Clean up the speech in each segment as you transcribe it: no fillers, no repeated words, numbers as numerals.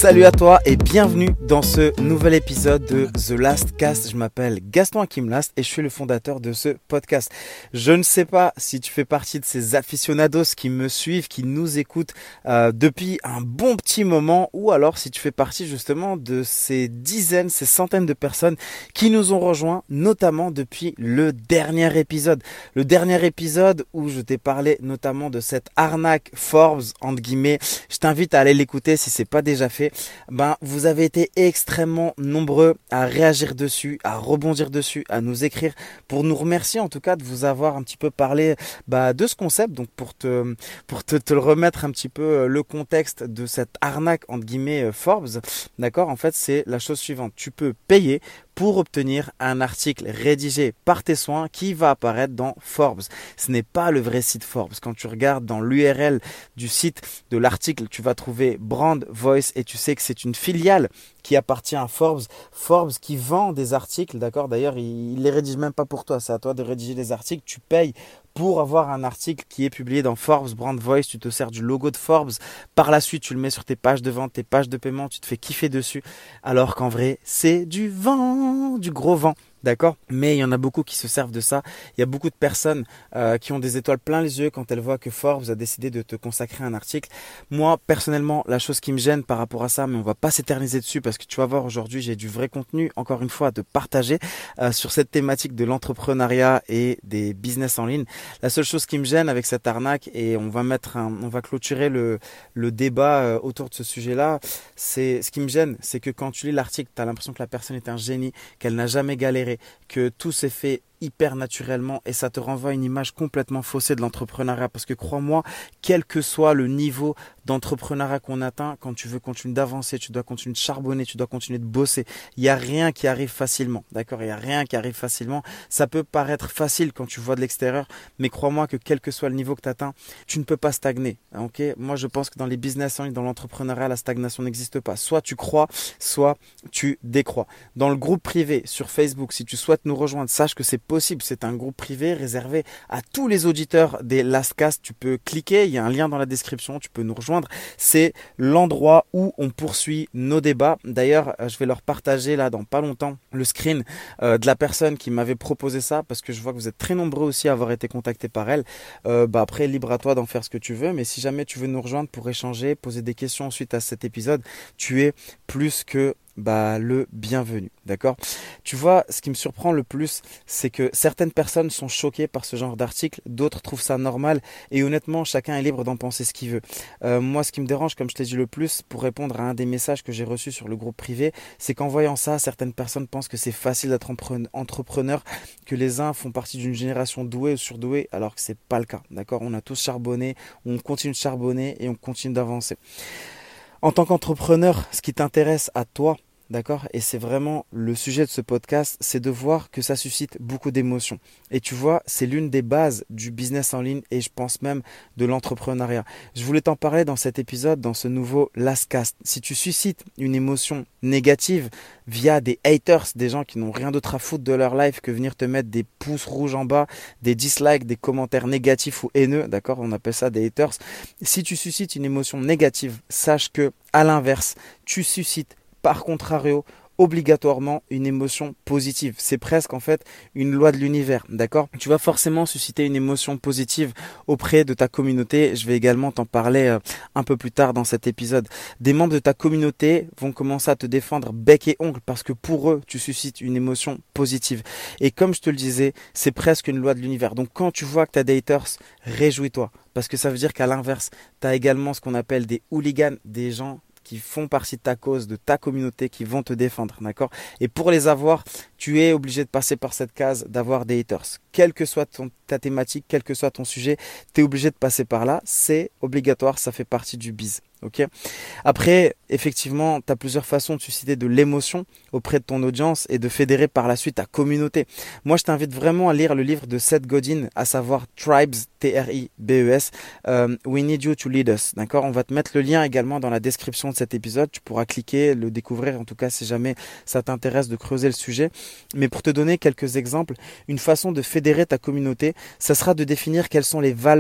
Salut à toi et bienvenue dans ce nouvel épisode de The Last Cast. Je m'appelle Gaston Hakim Last et je suis le fondateur de ce podcast. Je ne sais pas si tu fais partie de ces aficionados qui me suivent, qui nous écoutent depuis un bon petit moment, ou alors si tu fais partie justement de ces dizaines, ces centaines de personnes qui nous ont rejoints, notamment depuis le dernier épisode. Le dernier épisode où je t'ai parlé notamment de cette arnaque Forbes, entre guillemets. Je t'invite à aller l'écouter si c'est pas déjà fait. Vous avez été extrêmement nombreux à réagir dessus, à rebondir dessus, à nous écrire pour nous remercier en tout cas de vous avoir un petit peu parlé de ce concept. Donc pour te le remettre un petit peu le contexte de cette arnaque entre guillemets Forbes, d'accord, en fait c'est la chose suivante: tu peux payer pour obtenir un article rédigé par tes soins qui va apparaître dans Forbes. Ce n'est pas le vrai site Forbes. Quand tu regardes dans l'URL du site de l'article, tu vas trouver Brand Voice et tu sais que c'est une filiale qui appartient à Forbes. Forbes qui vend des articles, d'accord. D'ailleurs, il les rédige même pas pour toi. C'est à toi de rédiger les articles. Tu payes pour avoir un article qui est publié dans Forbes Brand Voice. Tu te sers du logo de Forbes. Par la suite, tu le mets sur tes pages de vente, tes pages de paiement. Tu te fais kiffer dessus. Alors qu'en vrai, c'est du vent, du gros vent. D'accord, mais il y en a beaucoup qui se servent de ça. Il y a beaucoup de personnes qui ont des étoiles plein les yeux quand elles voient que Forbes a décidé de te consacrer un article. Moi, personnellement, la chose qui me gêne par rapport à ça, mais on va pas s'éterniser dessus parce que tu vas voir, aujourd'hui, j'ai du vrai contenu, encore une fois, à te partager sur cette thématique de l'entrepreneuriat et des business en ligne. La seule chose qui me gêne avec cette arnaque, et on va clôturer le débat autour de ce sujet-là, c'est ce qui me gêne, c'est que quand tu lis l'article, tu as l'impression que la personne est un génie, qu'elle n'a jamais galéré, que tout s'est fait hyper naturellement, et ça te renvoie à une image complètement faussée de l'entrepreneuriat. Parce que crois-moi, quel que soit le niveau d'entrepreneuriat qu'on atteint, quand tu veux continuer d'avancer, tu dois continuer de charbonner, tu dois continuer de bosser. Il n'y a rien qui arrive facilement, d'accord? Il n'y a rien qui arrive facilement. Ça peut paraître facile quand tu vois de l'extérieur, mais crois-moi que quel que soit le niveau que tu atteins, tu ne peux pas stagner, ok? Moi, je pense que dans les business en ligne, dans l'entrepreneuriat, la stagnation n'existe pas. Soit tu crois, soit tu décrois. Dans le groupe privé sur Facebook, si tu souhaites nous rejoindre, sache que c'est possible. C'est un groupe privé réservé à tous les auditeurs des Last Cast. Tu peux cliquer, il y a un lien dans la description, tu peux nous rejoindre. C'est l'endroit où on poursuit nos débats. D'ailleurs, je vais leur partager là dans pas longtemps le screen de la personne qui m'avait proposé ça, parce que je vois que vous êtes très nombreux aussi à avoir été contactés par elle. Après, libre à toi d'en faire ce que tu veux, mais si jamais tu veux nous rejoindre pour échanger, poser des questions suite à cet épisode, tu es plus que le bienvenu, d'accord? Tu vois, ce qui me surprend le plus, c'est que certaines personnes sont choquées par ce genre d'article, d'autres trouvent ça normal, et honnêtement, chacun est libre d'en penser ce qu'il veut. Moi, ce qui me dérange, comme je t'ai dit le plus, pour répondre à un des messages que j'ai reçus sur le groupe privé, c'est qu'en voyant ça, certaines personnes pensent que c'est facile d'être entrepreneur, que les uns font partie d'une génération douée ou surdouée, alors que c'est pas le cas, d'accord? On a tous charbonné, on continue de charbonner et on continue d'avancer. En tant qu'entrepreneur, ce qui t'intéresse à toi, d'accord, et c'est vraiment le sujet de ce podcast, c'est de voir que ça suscite beaucoup d'émotions. Et tu vois, c'est l'une des bases du business en ligne, et je pense même de l'entrepreneuriat. Je voulais t'en parler dans cet épisode, dans ce nouveau Last Cast. Si tu suscites une émotion négative via des haters, des gens qui n'ont rien d'autre à foutre de leur life que venir te mettre des pouces rouges en bas, des dislikes, des commentaires négatifs ou haineux, d'accord, on appelle ça des haters. Si tu suscites une émotion négative, sache que à l'inverse, tu suscites par contrario obligatoirement une émotion positive. C'est presque en fait une loi de l'univers, d'accord? Tu vas forcément susciter une émotion positive auprès de ta communauté. Je vais également t'en parler un peu plus tard dans cet épisode. Des membres de ta communauté vont commencer à te défendre bec et ongle parce que pour eux, tu suscites une émotion positive. Et comme je te le disais, c'est presque une loi de l'univers. Donc quand tu vois que tu as des haters, réjouis-toi. Parce que ça veut dire qu'à l'inverse, tu as également ce qu'on appelle des hooligans, des gens qui font partie de ta cause, de ta communauté, qui vont te défendre, d'accord? Et pour les avoir, tu es obligé de passer par cette case d'avoir des haters. Quelle que soit ta thématique, quel que soit ton sujet, tu es obligé de passer par là. C'est obligatoire, ça fait partie du biz. Okay. Après, effectivement, tu as plusieurs façons de susciter de l'émotion auprès de ton audience et de fédérer par la suite ta communauté. Moi, je t'invite vraiment à lire le livre de Seth Godin, à savoir Tribes, T-R-I-B-E-S, We Need You to Lead Us. D'accord? On va te mettre le lien également dans la description de cet épisode. Tu pourras cliquer, le découvrir, en tout cas si jamais ça t'intéresse de creuser le sujet. Mais pour te donner quelques exemples, une façon de fédérer ta communauté, ça sera de définir quelles sont les valeurs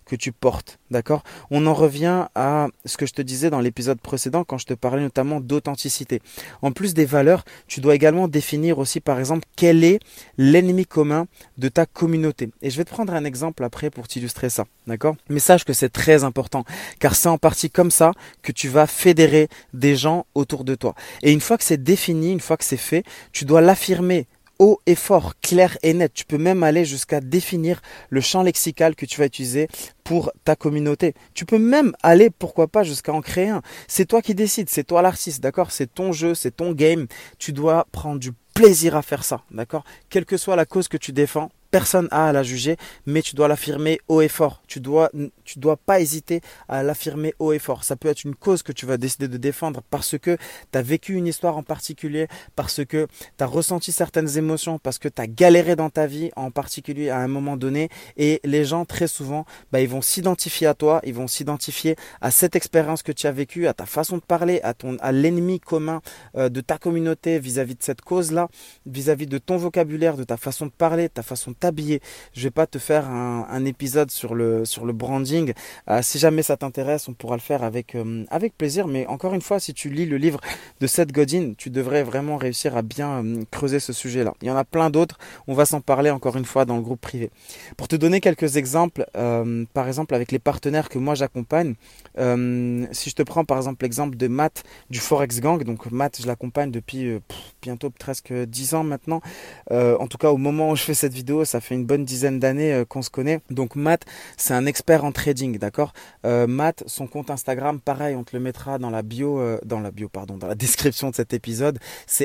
que tu portes, d'accord? On en revient à ce que je te disais dans l'épisode précédent quand je te parlais notamment d'authenticité. En plus des valeurs, tu dois également définir aussi par exemple quel est l'ennemi commun de ta communauté. Et je vais te prendre un exemple après pour t'illustrer ça, d'accord? Mais sache que c'est très important car c'est en partie comme ça que tu vas fédérer des gens autour de toi. Et une fois que c'est défini, une fois que c'est fait, tu dois l'affirmer haut et fort, clair et net. Tu peux même aller jusqu'à définir le champ lexical que tu vas utiliser pour ta communauté. Tu peux même aller, pourquoi pas, jusqu'à en créer un. C'est toi qui décides, c'est toi l'artiste, d'accord? C'est ton jeu, c'est ton game. Tu dois prendre du plaisir à faire ça, d'accord? Quelle que soit la cause que tu défends, personne n'a à la juger, mais tu dois l'affirmer haut et fort. Tu dois pas hésiter à l'affirmer haut et fort. Ça peut être une cause que tu vas décider de défendre parce que tu as vécu une histoire en particulier, parce que tu as ressenti certaines émotions, parce que tu as galéré dans ta vie en particulier à un moment donné. Et les gens, très souvent, ils vont s'identifier à toi, ils vont s'identifier à cette expérience que tu as vécue, à ta façon de parler, à l'ennemi commun de ta communauté vis-à-vis de cette cause-là, vis-à-vis de ton vocabulaire, de ta façon de parler, ta façon de t'habiller. Je vais pas te faire un épisode sur le branding. Si jamais ça t'intéresse, on pourra le faire avec plaisir. Mais encore une fois, si tu lis le livre de Seth Godin, tu devrais vraiment réussir à bien creuser ce sujet-là. Il y en a plein d'autres. On va s'en parler encore une fois dans le groupe privé. Pour te donner quelques exemples, par exemple avec les partenaires que moi j'accompagne, si je te prends par exemple l'exemple de Matt du Forex Gang, donc Matt je l'accompagne depuis bientôt presque 10 ans maintenant, en tout cas au moment où je fais cette vidéo ça fait une bonne dizaine d'années qu'on se connaît. Donc Matt c'est un expert en trading, d'accord? Matt, son compte Instagram, pareil, on te le mettra dans la dans la description de cet épisode, c'est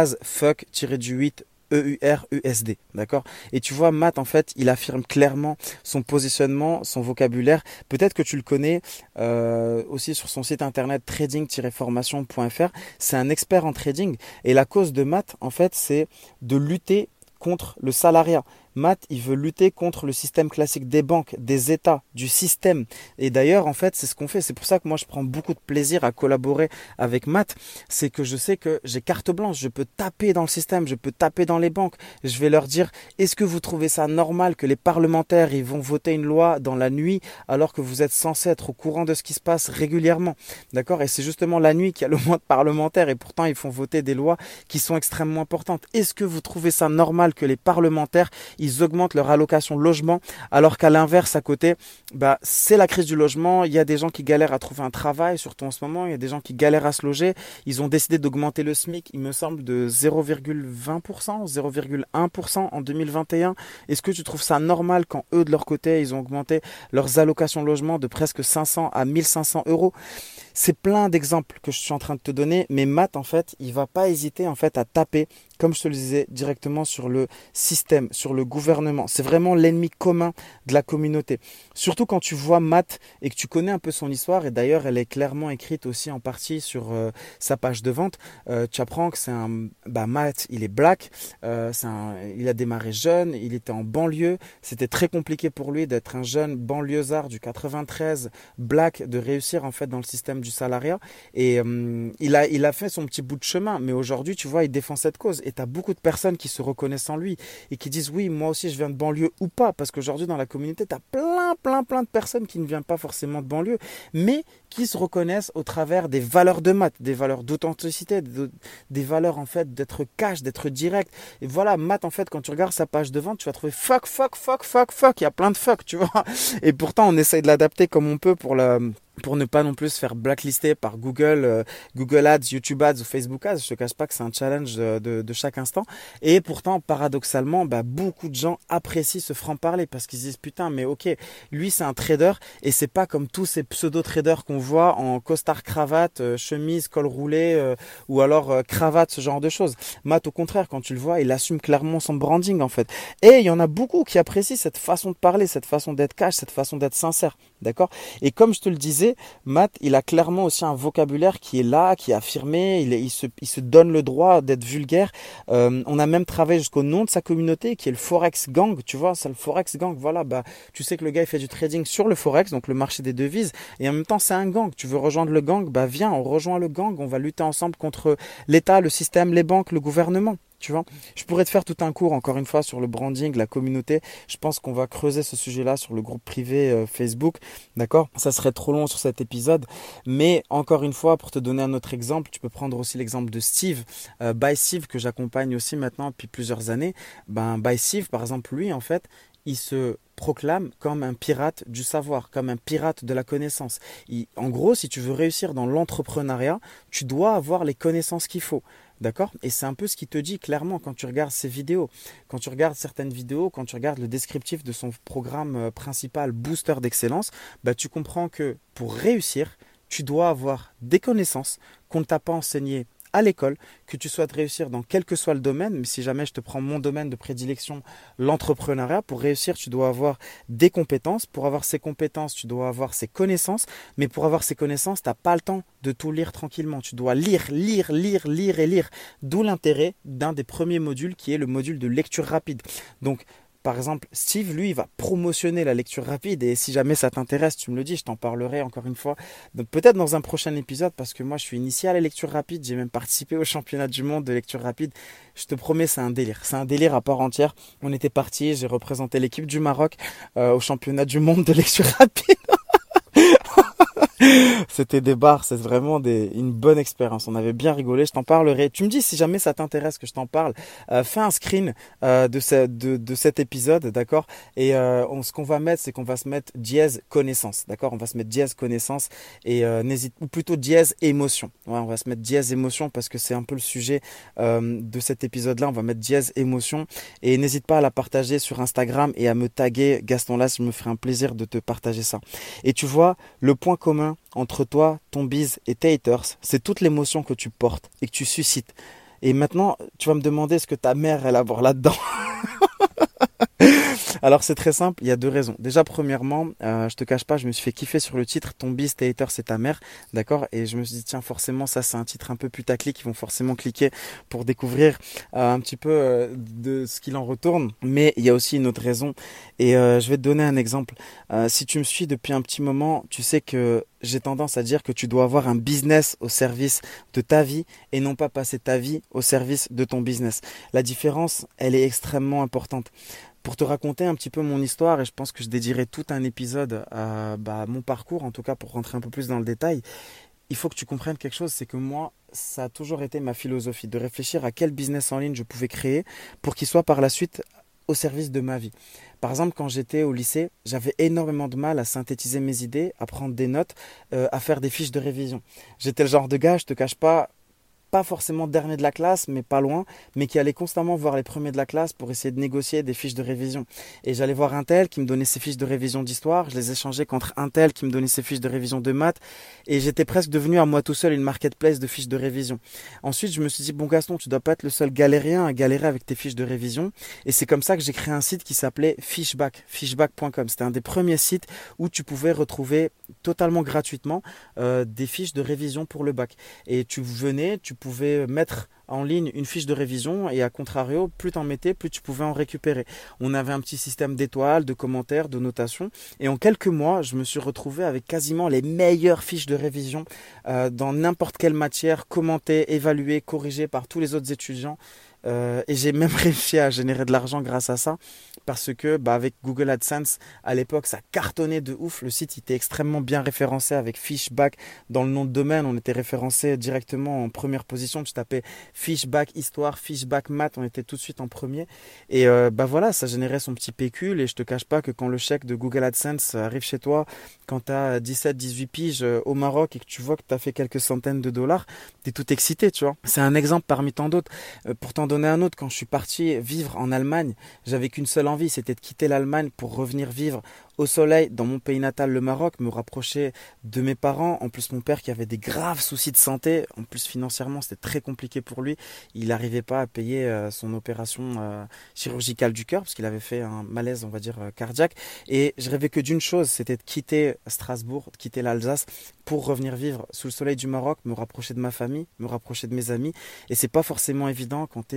@fuck-8 EURUSD, d'accord? Et tu vois, Matt, en fait, il affirme clairement son positionnement, son vocabulaire. Peut-être que tu le connais aussi sur son site internet trading-formation.fr. C'est un expert en trading. Et la cause de Matt, en fait, c'est de lutter contre le salariat. Matt, il veut lutter contre le système classique des banques, des États, du système. Et d'ailleurs, en fait, c'est ce qu'on fait. C'est pour ça que moi, je prends beaucoup de plaisir à collaborer avec Matt. C'est que je sais que j'ai carte blanche. Je peux taper dans le système, je peux taper dans les banques. Je vais leur dire, est-ce que vous trouvez ça normal que les parlementaires, ils vont voter une loi dans la nuit alors que vous êtes censé être au courant de ce qui se passe régulièrement? D'accord? Et c'est justement la nuit qu'il y a le moins de parlementaires et pourtant, ils font voter des lois qui sont extrêmement importantes. Est-ce que vous trouvez ça normal que les parlementaires ils augmentent leur allocation logement alors qu'à l'inverse à côté, c'est la crise du logement, il y a des gens qui galèrent à trouver un travail, surtout en ce moment, il y a des gens qui galèrent à se loger, ils ont décidé d'augmenter le SMIC, il me semble, de 0,20%, 0,1% en 2021. Est-ce que tu trouves ça normal quand eux, de leur côté, ils ont augmenté leurs allocations logement de presque 500 à 1500 euros? C'est plein d'exemples que je suis en train de te donner, mais Matt, en fait, il va pas hésiter en fait à taper, comme je te le disais, directement sur le système, sur le gouvernement. C'est vraiment l'ennemi commun de la communauté. Surtout quand tu vois Matt et que tu connais un peu son histoire, et d'ailleurs, elle est clairement écrite aussi en partie sur sa page de vente. Tu apprends que c'est Matt, il est black, il a démarré jeune, il était en banlieue. C'était très compliqué pour lui d'être un jeune banlieusard du 93, black, de réussir en fait dans le système du salariat. Et il a fait son petit bout de chemin, mais aujourd'hui, tu vois, il défend cette cause. Et tu as beaucoup de personnes qui se reconnaissent en lui et qui disent oui, moi aussi je viens de banlieue ou pas, parce qu'aujourd'hui dans la communauté, tu as plein de personnes qui ne viennent pas forcément de banlieue, mais qui se reconnaissent au travers des valeurs de Matt, des valeurs d'authenticité, des valeurs en fait d'être cash, d'être direct. Et voilà, Matt, en fait, quand tu regardes sa page de vente, tu vas trouver fuck, il y a plein de fuck, tu vois. Et pourtant, on essaye de l'adapter comme on peut pour ne pas non plus se faire blacklister par Google, Google Ads, YouTube Ads ou Facebook Ads. Je te cache pas que c'est un challenge de chaque instant. Et pourtant, paradoxalement, beaucoup de gens apprécient ce franc-parler parce qu'ils se disent putain, mais ok, lui c'est un trader et c'est pas comme tous ces pseudo-traders qu'on voit en costard cravate, chemise, col roulé ou alors cravate, ce genre de choses. Matt, au contraire, quand tu le vois, il assume clairement son branding en fait. Et il y en a beaucoup qui apprécient cette façon de parler, cette façon d'être cash, cette façon d'être sincère. D'accord? Et comme je te le disais, Matt, il a clairement aussi un vocabulaire qui est là, qui est affirmé, il se donne le droit d'être vulgaire. On a même travaillé jusqu'au nom de sa communauté qui est le Forex Gang, tu vois, c'est le Forex Gang, voilà, tu sais que le gars il fait du trading sur le Forex, donc le marché des devises, et en même temps c'est un gang, tu veux rejoindre le gang, viens, on rejoint le gang, on va lutter ensemble contre l'État, le système, les banques, le gouvernement. Tu vois, je pourrais te faire tout un cours, encore une fois, sur le branding, la communauté. Je pense qu'on va creuser ce sujet-là sur le groupe privé Facebook. D'accord? Ça serait trop long sur cet épisode. Mais encore une fois, pour te donner un autre exemple, tu peux prendre aussi l'exemple de Steve, By Steve, que j'accompagne aussi maintenant depuis plusieurs années. By Steve, par exemple, lui, en fait, il se proclame comme un pirate du savoir, comme un pirate de la connaissance. En gros, si tu veux réussir dans l'entrepreneuriat, tu dois avoir les connaissances qu'il faut. D'accord? Et c'est un peu ce qu'il te dit clairement quand tu regardes ses vidéos. Quand tu regardes certaines vidéos, quand tu regardes le descriptif de son programme principal Booster d'excellence, tu comprends que pour réussir, tu dois avoir des connaissances qu'on ne t'a pas enseignées à l'école, que tu souhaites réussir dans quel que soit le domaine, mais si jamais je te prends mon domaine de prédilection, l'entrepreneuriat, pour réussir, tu dois avoir des compétences. Pour avoir ces compétences, tu dois avoir ces connaissances. Mais pour avoir ces connaissances, tu n'as pas le temps de tout lire tranquillement. Tu dois lire, lire, lire, lire et lire. D'où l'intérêt d'un des premiers modules qui est le module de lecture rapide. Donc, par exemple, Steve, lui, il va promotionner la lecture rapide et si jamais ça t'intéresse, tu me le dis, je t'en parlerai encore une fois, peut-être dans un prochain épisode parce que moi, je suis initié à la lecture rapide, j'ai même participé au championnat du monde de lecture rapide. Je te promets, c'est un délire à part entière. On était partis, j'ai représenté l'équipe du Maroc au championnat du monde de lecture rapide. C'était des bars, c'est vraiment une bonne expérience. On avait bien rigolé, je t'en parlerai. Tu me dis si jamais ça t'intéresse que je t'en parle. Fais un screen de cet épisode, d'accord? Et ce qu'on va mettre, c'est qu'on va se mettre dièse connaissance, d'accord? On va se mettre dièse connaissance et ou plutôt dièse émotion. Ouais, on va se mettre dièse émotion parce que c'est un peu le sujet de cet épisode-là. On va mettre dièse émotion et n'hésite pas à la partager sur Instagram et à me taguer Gaston Las, je me ferai un plaisir de te partager ça. Et tu vois, le point commun entre toi, ton biz et tes haters, c'est toute l'émotion que tu portes et que tu suscites. Et maintenant, tu vas me demander ce que ta mère, elle a à voir là-dedans. Alors c'est très simple, il y a deux raisons. Déjà premièrement, je te cache pas, je me suis fait kiffer sur le titre Ton biz, tes haters, c'est ta mère, d'accord? Et je me suis dit tiens forcément ça c'est un titre un peu putaclic, ils vont forcément cliquer pour découvrir un petit peu de ce qu'il en retourne. Mais il y a aussi une autre raison et je vais te donner un exemple. Si tu me suis depuis un petit moment, tu sais que j'ai tendance à dire que tu dois avoir un business au service de ta vie et non pas passer ta vie au service de ton business. La différence, elle est extrêmement importante. Pour te raconter un petit peu mon histoire, et je pense que je dédierai tout un épisode à mon parcours, en tout cas pour rentrer un peu plus dans le détail, il faut que tu comprennes quelque chose, c'est que moi, ça a toujours été ma philosophie de réfléchir à quel business en ligne je pouvais créer pour qu'il soit par la suite au service de ma vie. Par exemple, quand j'étais au lycée, j'avais énormément de mal à synthétiser mes idées, à prendre des notes, à faire des fiches de révision. J'étais le genre de gars, je te cache pas forcément dernier de la classe, mais pas loin, mais qui allait constamment voir les premiers de la classe pour essayer de négocier des fiches de révision. Et j'allais voir un tel qui me donnait ses fiches de révision d'histoire, je les échangeais contre un tel qui me donnait ses fiches de révision de maths, et j'étais presque devenu à moi tout seul une marketplace de fiches de révision. Ensuite, je me suis dit, bon Gaston, tu dois pas être le seul galérien à galérer avec tes fiches de révision, et c'est comme ça que j'ai créé un site qui s'appelait Fishback, fishback.com. C'était un des premiers sites où tu pouvais retrouver totalement gratuitement des fiches de révision pour le bac. Et tu venais, tu pouvais mettre en ligne une fiche de révision et à contrario, plus t'en mettais, plus tu pouvais en récupérer. On avait un petit système d'étoiles, de commentaires, de notations et en quelques mois, je me suis retrouvé avec quasiment les meilleures fiches de révision dans n'importe quelle matière, commentées, évaluées, corrigées par tous les autres étudiants. Et j'ai même réussi à générer de l'argent grâce à ça parce que avec Google AdSense à l'époque ça cartonnait de ouf, le site était extrêmement bien référencé avec Fishback dans le nom de domaine, on était référencé directement en première position, tu tapais Fishback histoire, Fishback maths, on était tout de suite en premier et voilà, ça générait son petit pécule et je te cache pas que quand le chèque de Google AdSense arrive chez toi, quand tu as 17-18 piges au Maroc et que tu vois que tu as fait quelques centaines de dollars, tu es tout excité, tu vois. C'est un exemple parmi tant d'autres. Pourtant donner un autre, quand je suis parti vivre en Allemagne, j'avais qu'une seule envie, c'était de quitter l'Allemagne pour revenir vivre au soleil dans mon pays natal, le Maroc, me rapprocher de mes parents. En plus, mon père qui avait des graves soucis de santé, en plus financièrement, c'était très compliqué pour lui. Il n'arrivait pas à payer son opération chirurgicale du cœur parce qu'il avait fait un malaise, on va dire, cardiaque. Et je rêvais que d'une chose, c'était de quitter Strasbourg, de quitter l'Alsace pour revenir vivre sous le soleil du Maroc, me rapprocher de ma famille, me rapprocher de mes amis. Et c'est pas forcément évident quand tu es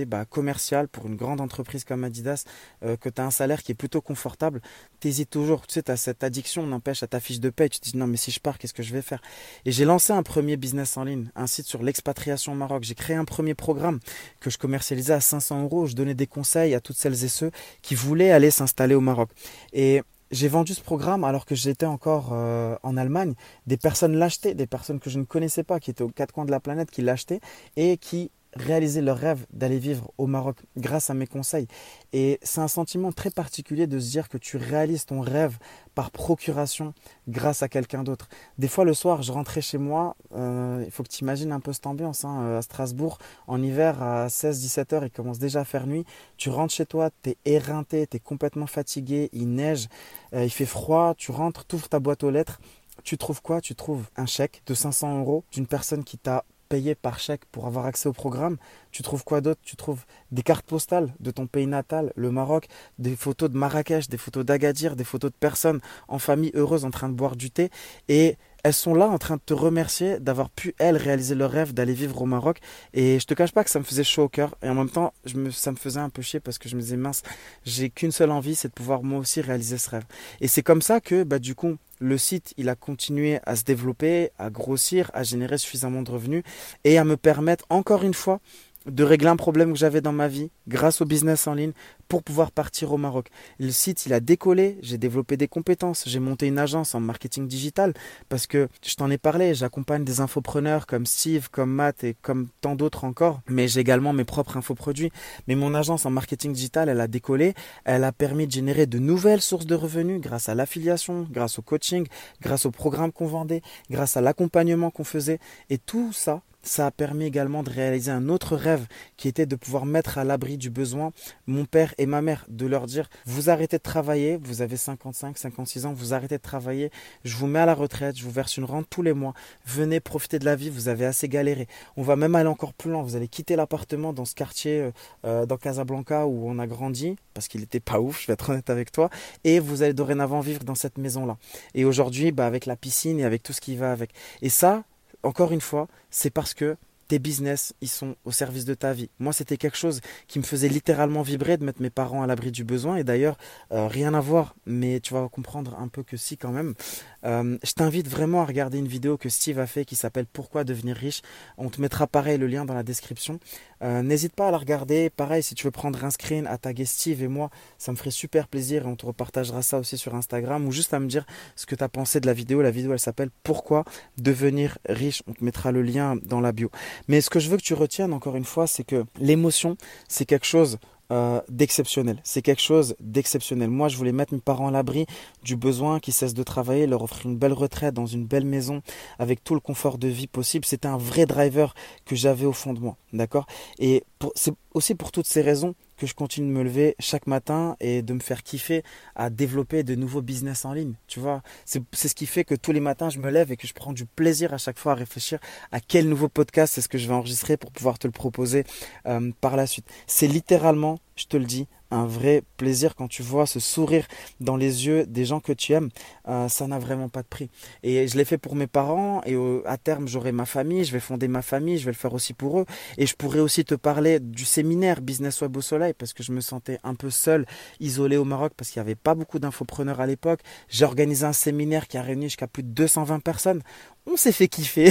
es commercial pour une grande entreprise comme Adidas, que tu as un salaire qui est plutôt confortable, tu hésites toujours. Tu sais, tu as cette addiction, n'empêche, à ta fiche de paie. Tu te dis non, mais si je pars, qu'est-ce que je vais faire? Et j'ai lancé un premier business en ligne, un site sur l'expatriation au Maroc. J'ai créé un premier programme que je commercialisais à 500 euros. Je donnais des conseils à toutes celles et ceux qui voulaient aller s'installer au Maroc. Et j'ai vendu ce programme alors que j'étais encore en Allemagne. Des personnes l'achetaient, des personnes que je ne connaissais pas, qui étaient aux quatre coins de la planète, qui l'achetaient et qui réalisaient leur rêve d'aller vivre au Maroc grâce à mes conseils. Et c'est un sentiment très particulier de se dire que tu réalises ton rêve par procuration grâce à quelqu'un d'autre. Des fois le soir, je rentrais chez moi, il faut que tu imagines un peu cette ambiance à Strasbourg, en hiver à 16-17 heures, il commence déjà à faire nuit. Tu rentres chez toi, tu es éreinté, tu es complètement fatigué, il neige, il fait froid, tu rentres, tu ouvres ta boîte aux lettres. Tu trouves quoi? Tu trouves un chèque de 500 euros d'une personne qui t'a payé par chèque pour avoir accès au programme. Tu trouves quoi d'autre? Tu trouves des cartes postales de ton pays natal, le Maroc, des photos de Marrakech, des photos d'Agadir, des photos de personnes en famille heureuses en train de boire du thé. Et elles sont là en train de te remercier d'avoir pu, elles, réaliser leur rêve d'aller vivre au Maroc. Et je te cache pas que ça me faisait chaud au cœur. Et en même temps, ça me faisait un peu chier parce que je me disais, mince, j'ai qu'une seule envie, c'est de pouvoir moi aussi réaliser ce rêve. Et c'est comme ça que, du coup, le site, il a continué à se développer, à grossir, à générer suffisamment de revenus et à me permettre, encore une fois, de régler un problème que j'avais dans ma vie grâce au business en ligne pour pouvoir partir au Maroc. Le site, il a décollé, j'ai développé des compétences, j'ai monté une agence en marketing digital parce que je t'en ai parlé, j'accompagne des infopreneurs comme Steve, comme Matt et comme tant d'autres encore, mais j'ai également mes propres infoproduits. Mais mon agence en marketing digital, elle a décollé, elle a permis de générer de nouvelles sources de revenus grâce à l'affiliation, grâce au coaching, grâce au programme qu'on vendait, grâce à l'accompagnement qu'on faisait et tout ça. Ça a permis également de réaliser un autre rêve qui était de pouvoir mettre à l'abri du besoin mon père et ma mère, de leur dire vous arrêtez de travailler, vous avez 55, 56 ans, vous arrêtez de travailler, je vous mets à la retraite, je vous verse une rente tous les mois, venez profiter de la vie, vous avez assez galéré. On va même aller encore plus loin, vous allez quitter l'appartement dans ce quartier dans Casablanca où on a grandi, parce qu'il n'était pas ouf, je vais être honnête avec toi, et vous allez dorénavant vivre dans cette maison-là. Et aujourd'hui, avec la piscine et avec tout ce qui va avec. Et ça, encore une fois, c'est parce que tes business, ils sont au service de ta vie. Moi, c'était quelque chose qui me faisait littéralement vibrer de mettre mes parents à l'abri du besoin. Et d'ailleurs, rien à voir, mais tu vas comprendre un peu que si quand même. Je t'invite vraiment à regarder une vidéo que Steve a fait qui s'appelle Pourquoi devenir riche. On te mettra pareil le lien dans la description. N'hésite pas à la regarder. Pareil, si tu veux prendre un screen, à taguer Steve et moi, ça me ferait super plaisir et on te repartagera ça aussi sur Instagram ou juste à me dire ce que tu as pensé de la vidéo. La vidéo, elle s'appelle Pourquoi devenir riche. On te mettra le lien dans la bio. Mais ce que je veux que tu retiennes encore une fois, c'est que l'émotion, c'est quelque chose d'exceptionnel. C'est quelque chose d'exceptionnel. Moi, je voulais mettre mes parents à l'abri du besoin qu'ils cessent de travailler, leur offrir une belle retraite dans une belle maison avec tout le confort de vie possible. C'était un vrai driver que j'avais au fond de moi. D'accord? Et c'est aussi pour toutes ces raisons que je continue de me lever chaque matin et de me faire kiffer à développer de nouveaux business en ligne. Tu vois, c'est ce qui fait que tous les matins, je me lève et que je prends du plaisir à chaque fois à réfléchir à quel nouveau podcast est-ce que je vais enregistrer pour pouvoir te le proposer par la suite. C'est littéralement, je te le dis, un vrai plaisir quand tu vois ce sourire dans les yeux des gens que tu aimes. Ça n'a vraiment pas de prix. Et je l'ai fait pour mes parents et à terme, j'aurai ma famille, je vais fonder ma famille, je vais le faire aussi pour eux. Et je pourrais aussi te parler du séminaire Business Web au Soleil parce que je me sentais un peu seul, isolé au Maroc parce qu'il n'y avait pas beaucoup d'infopreneurs à l'époque. J'ai organisé un séminaire qui a réuni jusqu'à plus de 220 personnes. On s'est fait kiffer.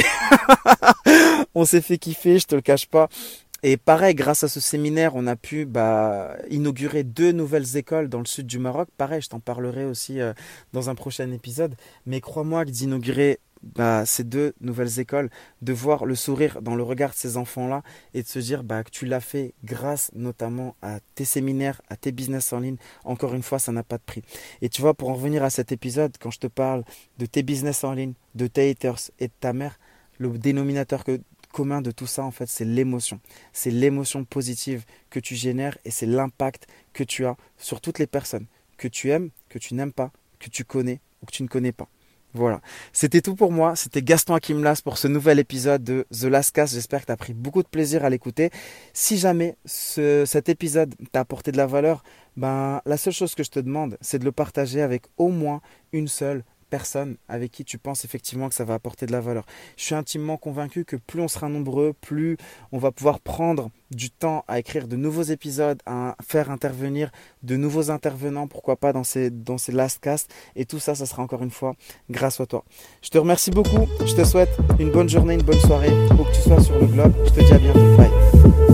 On s'est fait kiffer, je te le cache pas. Et pareil, grâce à ce séminaire, on a pu inaugurer 2 nouvelles écoles dans le sud du Maroc. Pareil, je t'en parlerai aussi dans un prochain épisode. Mais crois-moi que d'inaugurer ces 2 nouvelles écoles, de voir le sourire dans le regard de ces enfants-là et de se dire que tu l'as fait grâce notamment à tes séminaires, à tes business en ligne, encore une fois, ça n'a pas de prix. Et tu vois, pour en revenir à cet épisode, quand je te parle de tes business en ligne, de tes haters et de ta mère, le dénominateur commun de tout ça, en fait, c'est l'émotion. C'est l'émotion positive que tu génères et c'est l'impact que tu as sur toutes les personnes que tu aimes, que tu n'aimes pas, que tu connais ou que tu ne connais pas. Voilà, c'était tout pour moi, c'était Gaston Akimlas pour ce nouvel épisode de The Last Cast. J'espère que tu as pris beaucoup de plaisir à l'écouter. Si jamais cet épisode t'a apporté de la valeur, la seule chose que je te demande, c'est de le partager avec au moins une seule personnes avec qui tu penses effectivement que ça va apporter de la valeur. Je suis intimement convaincu que plus on sera nombreux, plus on va pouvoir prendre du temps à écrire de nouveaux épisodes, à faire intervenir de nouveaux intervenants, pourquoi pas dans ces last casts. Et tout ça, ça sera encore une fois grâce à toi. Je te remercie beaucoup. Je te souhaite une bonne journée, une bonne soirée, où que tu sois sur le globe. Je te dis à bientôt. Bye.